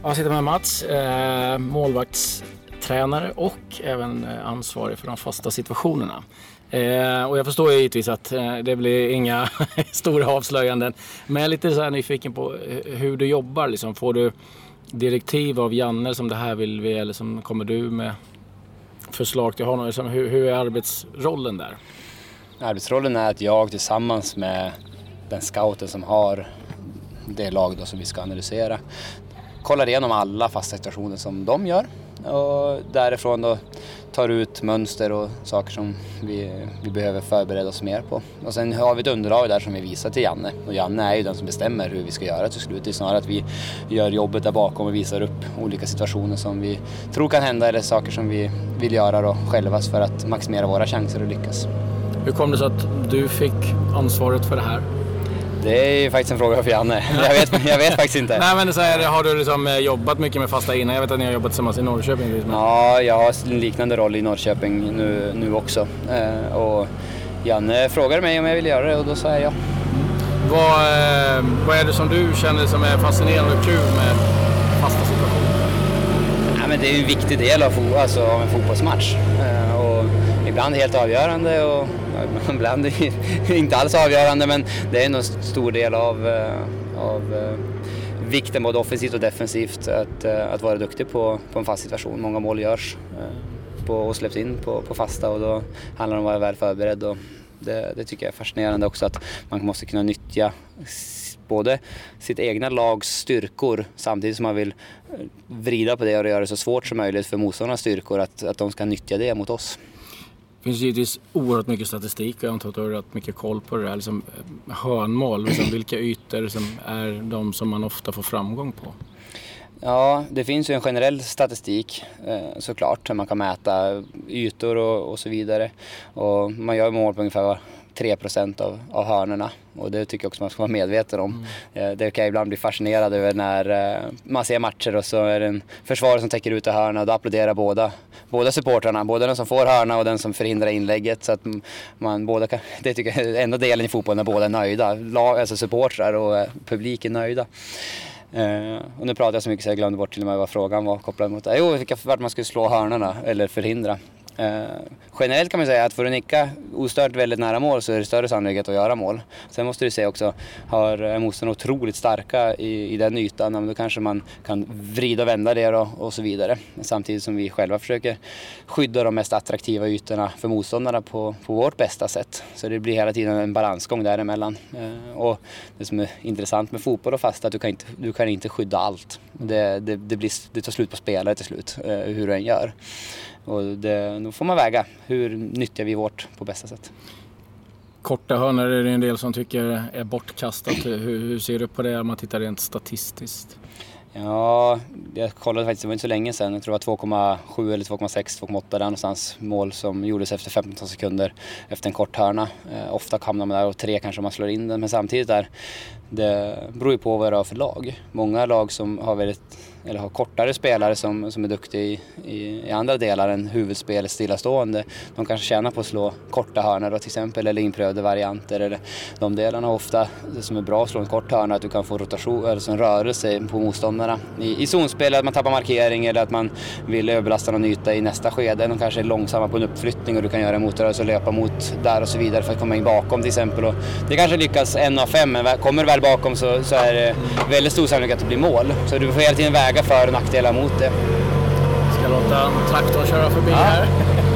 Jag sitter med Mats, målvaktstränare och även ansvarig för de fasta situationerna. Och jag förstår ju givetvis att det blir inga stora avslöjanden. Men jag är lite så här nyfiken på hur du jobbar. Liksom. Får du direktiv av Janne som det här vill vi, eller som kommer du med förslag till honom? Liksom, hur är arbetsrollen där? Arbetsrollen är att jag tillsammans med den scouten som har det lag då som vi ska analysera kollar igenom alla fasta situationer som de gör och därifrån då tar ut mönster och saker som vi behöver förbereda oss mer på. Och sen har vi ett underlag där som vi visar till Janne. Och Janne är ju den som bestämmer hur vi ska göra till slut. Det är snarare att vi gör jobbet där bakom och visar upp olika situationer som vi tror kan hända eller saker som vi vill göra då själva för att maximera våra chanser att lyckas. Hur kom det så att du fick ansvaret för det här? Det är ju faktiskt en fråga för Janne. Jag vet faktiskt inte. Nej, men så här, har du liksom jobbat mycket med fasta innan? Jag vet att ni har jobbat tillsammans i Norrköping. Liksom. Ja, jag har en liknande roll i Norrköping nu också. Och Janne frågade mig om jag ville göra det och då sa jag ja. Vad är det som du känner som är fascinerande och kul med fasta situationer? Ja, men det är ju en viktig del av en fotbollsmatch. Och ibland helt avgörande och ibland inte alls avgörande, men det är en stor del av vikten både offensivt och defensivt att vara duktig på en fast situation. Många mål görs och släpps in på fasta och då handlar det om att vara väl förberedd och det tycker jag är fascinerande också att man måste kunna nyttja både sitt egna lags styrkor samtidigt som man vill vrida på det och göra det så svårt som möjligt för motståndarnas styrkor att de ska nyttja det mot oss. Det finns givetvis oerhört mycket statistik och jag antar att du har rätt mycket koll på det här. Liksom, hörnmål, liksom, vilka ytor som är de som man ofta får framgång på? Ja, det finns ju en generell statistik såklart. Man kan mäta ytor och så vidare. Och man gör mål på ungefär 3% av hörnorna. Och det tycker jag också man ska vara medveten om. Det kan jag ibland bli fascinerad över när man ser matcher och så är det en försvarare som täcker ut hörna och då applåderar båda supportrarna. Både den som får hörna och den som förhindrar inlägget. Så att man båda kan, det tycker jag är enda delen i fotbollen när båda är nöjda. Alltså supportrar och publik är nöjda. Och nu pratar jag så mycket så jag glömde bort till och med vad frågan var kopplad mot. Vart man skulle slå hörnorna eller förhindra. Generellt kan man säga att för att nicka ostört väldigt nära mål så är det större sannolikhet att göra mål. Sen måste du se också, har motståndarna otroligt starka i den ytan, då kanske man kan vrida och vända det och så vidare. Samtidigt som vi själva försöker skydda de mest attraktiva ytorna för motståndarna på vårt bästa sätt. Så det blir hela tiden en balansgång däremellan. Och det som är intressant med fotboll och fast är att du kan inte skydda allt. Det tar slut på spelare till slut, hur du än gör. Och då får man väga, hur nyttjar vi vårt på bästa sätt. Korta hörnor är det en del som tycker är bortkastat. Hur ser du på det om man tittar rent statistiskt? Ja, jag kollade faktiskt, det var inte så länge sedan. Jag tror det var 2,7 eller 2,6, 2,8 där någonstans mål som gjordes efter 15 sekunder efter en kort hörna. Ofta hamnar man där och 3 kanske man slår in den, men samtidigt där det beror ju på vad det är för lag. Många lag som har kortare spelare som är duktiga i andra delar än huvudspelet stillastående. De kanske tjänar på att slå korta hörnor då, till exempel, eller inprövade varianter. Eller de delarna ofta, det som är bra att slå en kort hörna, att du kan få rotation, alltså en rörelse på motståndarna. I zonspel, att man tappar markering eller att man vill överbelasta någon yta i nästa skede. De kanske är långsamma på en uppflyttning och du kan göra en motrörelse och löpa mot där och så vidare för att komma in bakom till exempel. Och det kanske lyckas 1 av 5, men kommer du väl bakom så är det väldigt stor sannolikhet att det blir mål. Så du får hela tiden väga för och nackdelar mot det. Ska låta en traktor köra förbi här.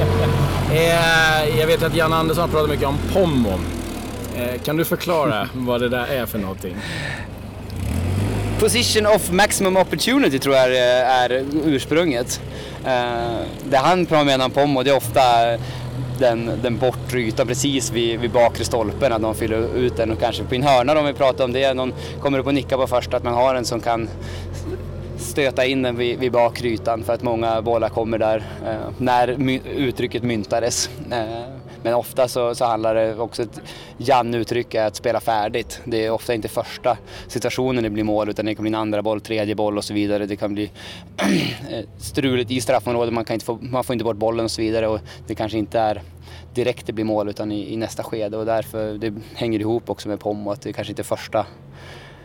Jag vet att Jan Andersson pratar mycket om POMO. Kan du förklara vad det där är för någonting? Position of maximum opportunity tror jag är ursprunget. Det han menar om POMO, det är ofta den bortre ytan precis vid bakre stolpen, att de fyller ut den och kanske på en hörna om vi pratar om det. Någon kommer upp och nicka på först, att man har en som kan stöta in den vid bakre ytan för att många bollar kommer där när uttrycket myntades. Men ofta så handlar det också ett Jan-uttryck att spela färdigt. Det är ofta inte första situationen det blir mål, utan det kan bli en andra boll, tredje boll och så vidare. Det kan bli struligt i straffområdet, man får inte bort bollen och så vidare, och det kanske inte är direkt det blir mål utan i nästa skede, och därför det hänger ihop också med POMO, att det kanske inte är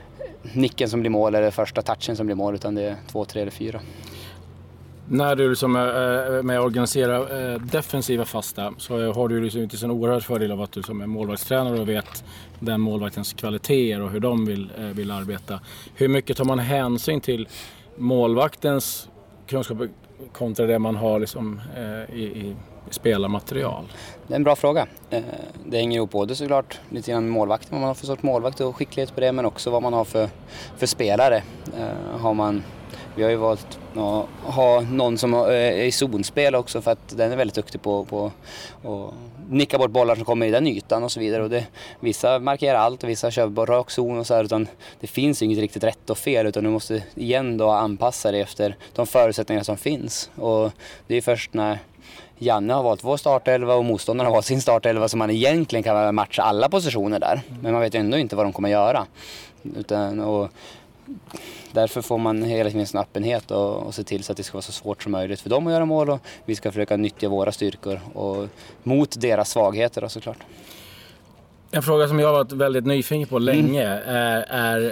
nicken som blir mål eller första touchen som blir mål, utan det är 2, 3 eller 4. När du liksom är med att organisera defensiva fasta så har du liksom inte så en oerhörd fördel av att du som är målvaktstränare och vet den målvaktens kvaliteter och hur de vill arbeta. Hur mycket tar man hänsyn till målvaktens kunskap kontra det man har liksom, i spelarmaterial? Det är en bra fråga. Det hänger ihop både såklart lite grann med målvakten, vad man har för sorts målvakt och skicklighet på det, men också vad man har för spelare. Vi har ju valt att ha någon som är i zonspel också, för att den är väldigt duktig på att nicka bort bollar som kommer i den ytan och så vidare. Och vissa markerar allt och vissa kör bara rak zon och så här, utan det finns inget riktigt rätt och fel, utan du måste igen då anpassa dig efter de förutsättningar som finns. Och det är först när Janne har valt vår startelva och motståndaren har valt sin startelva som man egentligen kan matcha alla positioner där. Men man vet ändå inte vad de kommer göra. Och därför får man hela tiden en öppenhet och se till så att det ska vara så svårt som möjligt för dem att göra mål, och vi ska försöka nyttja våra styrkor och mot deras svagheter då, såklart. En fråga som jag har varit väldigt nyfiken på länge är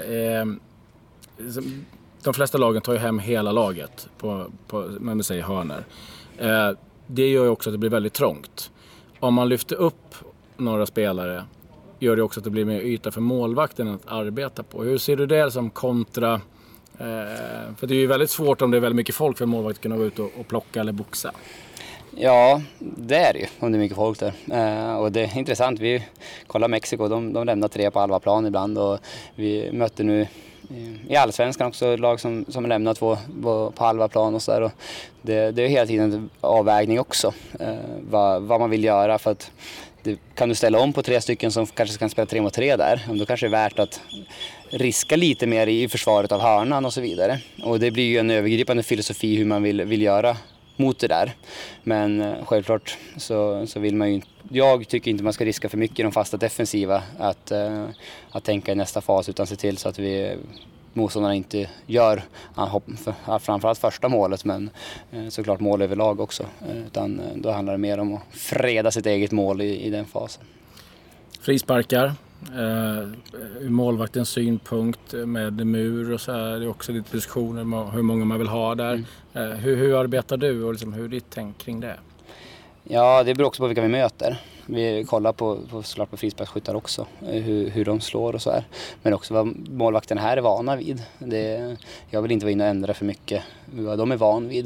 de flesta lagen tar ju hem hela laget på man säger hörnor. Det gör ju också att det blir väldigt trångt. Om man lyfter upp några spelare gör det också att det blir mer yta för målvakten att arbeta på. Hur ser du det som kontra? För det är ju väldigt svårt om det är väldigt mycket folk för målvakt att kunna gå ut och plocka eller boxa. Ja, det är det ju om det är mycket folk där. Och det är intressant. Vi kollar Mexiko, de lämnar 3 på halva plan ibland, och vi möter nu i Allsvenskan också lag som lämnar 2 på halva plan och så där. Och det är hela tiden en avvägning också, vad man vill göra, för att kan du ställa om på 3 stycken som kanske kan spela 3 mot 3 där, då kanske det är värt att riska lite mer i försvaret av hörnan och så vidare. Och det blir ju en övergripande filosofi hur man vill göra mot det där. Men självklart så vill man ju inte, jag tycker inte man ska riska för mycket i de fasta defensiva att tänka i nästa fas, utan se till så att motståndarna inte gör framförallt första målet, men såklart mål överlag också, utan då handlar det mer om att freda sitt eget mål i den fasen. Frisparkar, ur målvaktens synpunkt med mur och så här, det är också lite diskussioner om hur många man vill ha där. Hur arbetar du och liksom, hur är ditt tänk kring det? Ja, det beror också på vilka vi möter. Vi kollar på frisparksskyttar också, hur de slår och så här. Men också vad målvakterna här är vana vid. Jag vill inte vara inne och ändra för mycket vad de är van vid.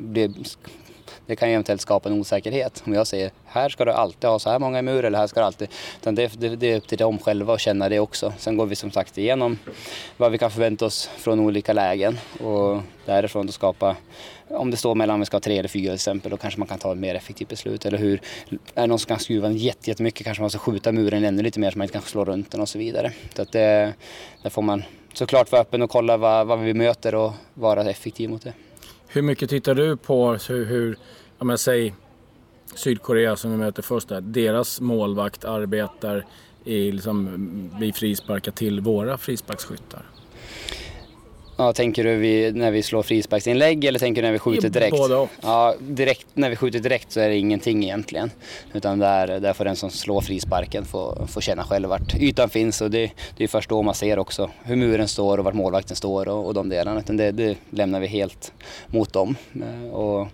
Det kan ju eventuellt skapa en osäkerhet. Om jag säger, här ska du alltid ha så här många i mur, eller här ska du alltid... Det är upp till dem själva att känna det också. Sen går vi som sagt igenom vad vi kan förvänta oss från olika lägen. Och därifrån att skapa, om det står mellan om vi ska ha 3 eller 4 till exempel, då kanske man kan ta ett mer effektivt beslut. Eller är det någon som kan skruva jättemycket, kanske man ska skjuta muren ännu lite mer så man inte kan slå runt den och så vidare. Så att där får man såklart vara öppen och kolla vad vi möter och vara effektiv mot det. Hur mycket tittar du på hur om jag säger Sydkorea som vi möter först där, deras målvakt arbetar vid frisparkar till våra frisparksskyttar? Ja, tänker du när vi slår frisparksinlägg eller tänker du när vi skjuter direkt? Både och. Ja, när vi skjuter direkt så är det ingenting egentligen. Utan där får den som slår frisparken få känna själv vart ytan finns. Och det är först då man ser också hur muren står och vart målvakten står och de delarna. Utan det lämnar vi helt mot dem. Och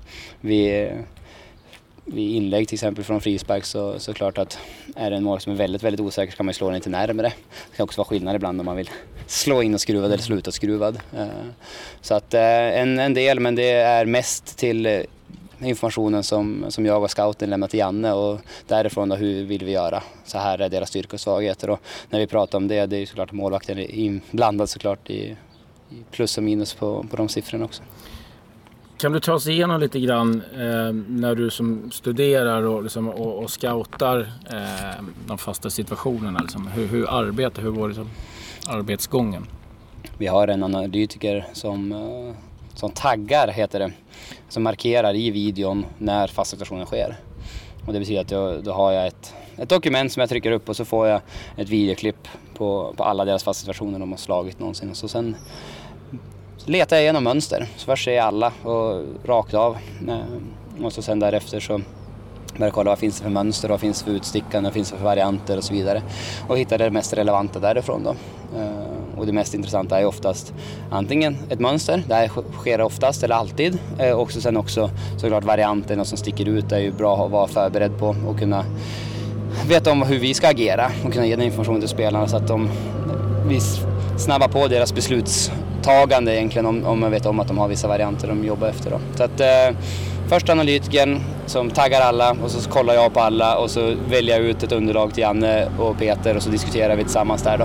vid inlägg till exempel från frispark så klart att är det en mål som är väldigt, väldigt osäker så kan man slå den lite närmare. Det kan också vara skillnad ibland om man vill slå in och skruvad eller sluta skruvad. Så att en del, men det är mest till informationen som jag och scouten lämnar till Janne, och därifrån då, hur vill vi göra? Så här är deras styrkor och svagheter, och när vi pratar om det är ju såklart målvakten är inblandad såklart i plus och minus på de siffrorna också. Kan du ta oss igenom lite grann när du som studerar och scoutar de fasta situationerna? Liksom, hur arbetar, hur går liksom arbetsgången? Vi har en analytiker som taggar, heter det, som markerar i videon när fasta situationen sker. Och det betyder att då har jag ett dokument som jag trycker upp, och så får jag ett videoklipp på alla deras fasta situationer de har slagit någonsin. Och så sen letar jag igenom mönster, så först ser jag alla och rakt av. Och så sen därefter så börjar jag kolla vad finns det för mönster, vad finns det för utstickande, vad finns det för varianter och så vidare. Och hittar det mest relevanta därifrån då. och det mest intressanta är oftast antingen ett mönster, det här sker oftast eller alltid, och sen också såklart varianten och som sticker ut är ju bra att vara förberedd på och kunna veta om hur vi ska agera och kunna ge den information till spelarna så att vi snabbar på deras beslutstagande egentligen om man vet om att de har vissa varianter de jobbar efter då. Så att först analytikern som taggar alla och så kollar jag på alla och så väljer jag ut ett underlag till Janne och Peter och så diskuterar vi tillsammans där då.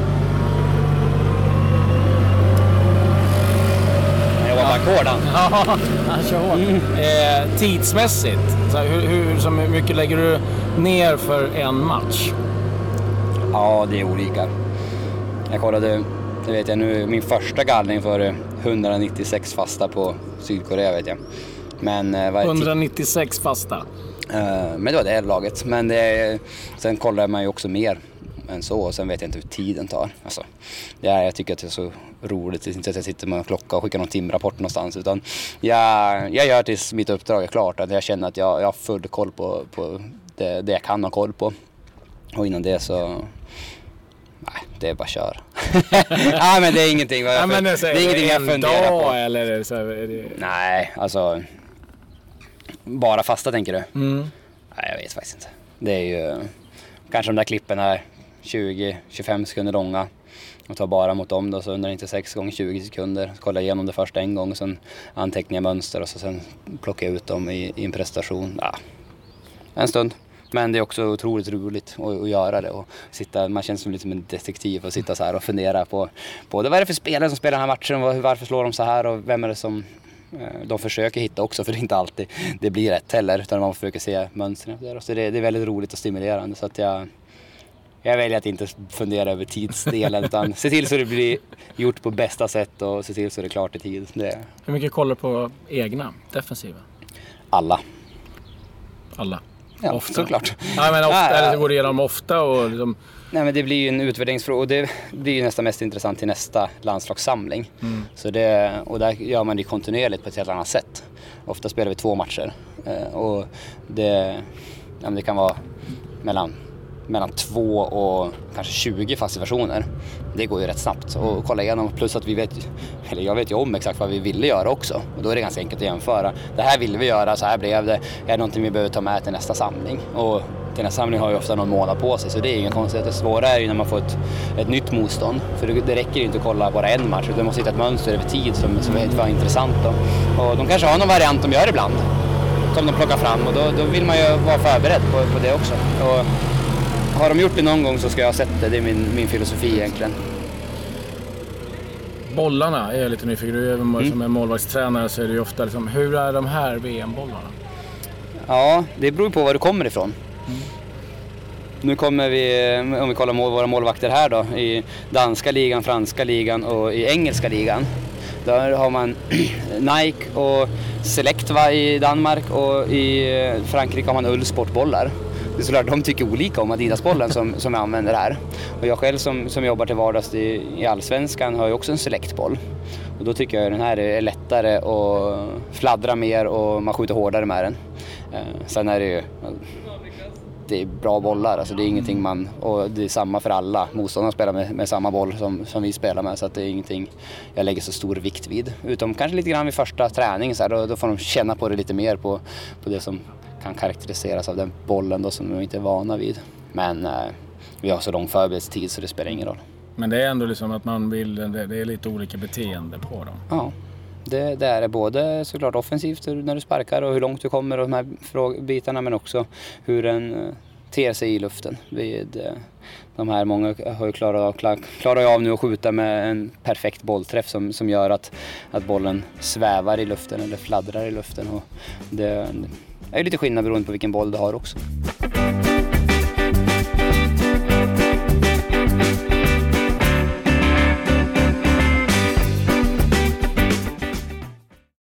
Jag var bara kårdan. Ja, han kör hårt. Tidsmässigt, så hur mycket lägger du ner för en match? Ja, det är olika. Jag kollade, det vet jag nu, min första gallring för 196 fasta på Sydkorea vet jag. Men 196 fasta? Men det var det laget. Men sen kollar man ju också mer än så och sen vet jag inte hur tiden tar. Alltså, jag tycker att det är så roligt, inte att jag sitter med en klocka och skickar någon timrapport någonstans utan jag gör tills mitt uppdrag är klart, att jag känner att jag har full koll på det jag kan ha koll på. Och innan det så... Nej, det är bara kör. Ja, men det är ingenting. Det är ingenting jag funderar på. Eller så är det... Nej, alltså... Bara fasta tänker du? Nej, jag vet faktiskt inte. Det är ju... Kanske de där klippen är 20-25 sekunder långa. Och tar bara mot dem då, så 196 gånger 20 sekunder. Kollar igenom det första en gång och sen antecknar jag mönster och så sen plockar jag ut dem i en prestation. Ja, en stund. Men det är också otroligt roligt att göra det och sitta, man känns som lite som en detektiv och sitta så här och fundera på både vad är det för spelare som spelar den här matchen och varför slår de så här och vem är det som de försöker hitta också, för det är inte alltid det blir rätt heller utan man försöker se mönstren där. Så det är väldigt roligt och stimulerande så att jag väljer att inte fundera över tidsdelen utan se till så det blir gjort på bästa sätt och se till så det är klart i tid. Hur mycket kollar på egna defensiva? Alla. Ja, ofta. Såklart. Ja, men ofta, eller det går igenom ofta och liksom... Nej, men det blir ju en utvärderingsfråga och det blir ju nästan mest intressant till nästa landslagssamling. Så och där gör man det kontinuerligt på ett helt annat sätt. Ofta spelar vi 2 matcher och det kan vara mellan 2 och kanske 20 fasta versioner. Det går ju rätt snabbt och kolla igenom, plus att jag vet ju om exakt vad vi ville göra också och då är det ganska enkelt att jämföra. Det här ville vi göra, så här blev det. Är det någonting vi behöver ta med till nästa samling? Och till nästa samling har ju ofta någon månad på sig så det är ingen konstigt. Det svåra är ju när man får ett nytt motstånd, för det räcker ju inte att kolla bara en match utan det måste hitta ett mönster över tid som är intressant då. Och de kanske har någon variant de gör ibland som de plockar fram och då vill man ju vara förberedd på det också. Och har de gjort det någon gång så ska jag ha sett det. Det är min filosofi egentligen. Bollarna är jag lite nyfiken. Du är som en målvaktstränare så är det ju ofta liksom, hur är de här VM-bollarna? Ja, det beror på var du kommer ifrån. Nu kommer vi, om vi kollar våra målvakter här då, i danska ligan, franska ligan och i engelska ligan. Där har man Nike och Selectva i Danmark och i Frankrike har man Ullsportbollar. Det är såklart, de tycker olika om Adidasbollen som jag använder här. Och jag själv som jobbar till vardags i Allsvenskan har ju också en Selectboll. Och då tycker jag den här är lättare och fladdra mer och man skjuter hårdare med den. Sen är det är bra bollar, alltså det är ingenting och det är samma för alla. Motståndarna spelar med samma boll som vi spelar med så att det är ingenting jag lägger så stor vikt vid. Utom kanske lite grann vid första träning så här, då får de känna på det lite mer på det som kan karaktäriseras av den bollen då som de inte är vana vid. Men vi har så lång förberedelsetid så det spelar ingen roll. Men det är ändå liksom att man vill, det är lite olika beteende på dem. Ja, det är både såklart offensivt när du sparkar och hur långt du kommer och de här bitarna, men också hur den ter sig i luften. De här många har ju klarat av nu att skjuta med en perfekt bollträff som gör att bollen svävar i luften eller fladdrar i luften. Och det är lite skillnad beroende på vilken boll du har också.